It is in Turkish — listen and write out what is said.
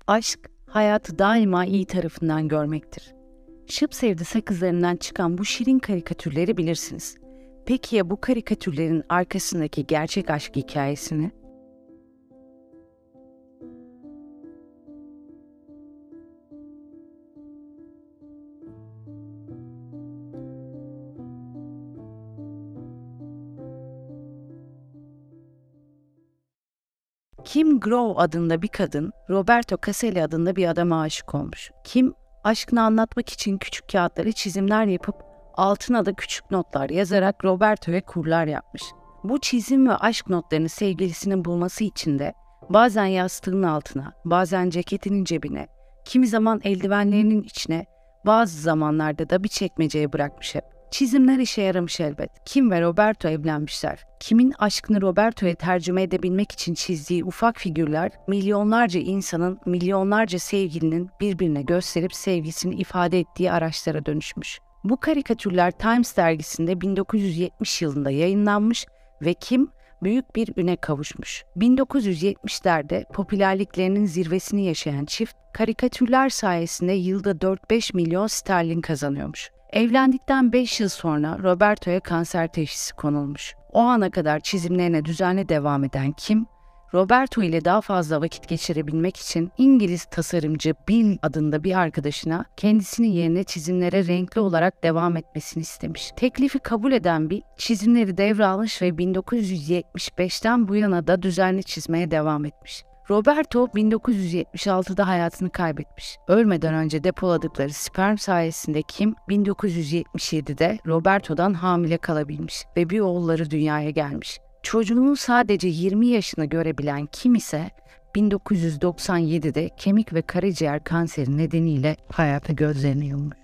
Aşk, hayatı daima iyi tarafından görmektir. Şıpsevdi sakızlarından çıkan bu şirin karikatürleri bilirsiniz. Peki ya bu karikatürlerin arkasındaki gerçek aşk hikayesini? Kim Grove adında bir kadın, Roberto Caselli adında bir adama aşık olmuş. Kim, aşkını anlatmak için küçük kağıtlara çizimler yapıp altına da küçük notlar yazarak Roberto'ya kurlar yapmış. Bu çizim ve aşk notlarını sevgilisinin bulması için de bazen yastığının altına, bazen ceketinin cebine, kimi zaman eldivenlerinin içine, bazı zamanlarda da bir çekmeceye bırakmış hep. Çizimler işe yaramış elbet. Kim ve Roberto evlenmişler. Kim'in aşkını Roberto'ya tercüme edebilmek için çizdiği ufak figürler, milyonlarca insanın, milyonlarca sevgilinin birbirine gösterip sevgisini ifade ettiği araçlara dönüşmüş. Bu karikatürler Times dergisinde 1970 yılında yayınlanmış ve Kim büyük bir üne kavuşmuş. 1970'lerde popülerliklerinin zirvesini yaşayan çift, karikatürler sayesinde yılda 4-5 milyon sterlin kazanıyormuş. Evlendikten 5 yıl sonra Roberto'ya kanser teşhisi konulmuş. O ana kadar çizimlerine düzenli devam eden Kim, Roberto ile daha fazla vakit geçirebilmek için İngiliz tasarımcı Bill adında bir arkadaşına kendisinin yerine çizimlere renkli olarak devam etmesini istemiş. Teklifi kabul eden Bill, çizimleri devralmış ve 1975'ten bu yana da düzenli çizmeye devam etmiş. Roberto 1976'da hayatını kaybetmiş. Ölmeden önce depoladıkları sperm sayesinde Kim 1977'de Roberto'dan hamile kalabilmiş ve bir oğulları dünyaya gelmiş. Çocuğunun sadece 20 yaşını görebilen Kim ise 1997'de kemik ve karaciğer kanseri nedeniyle hayata gözlerini yummuş.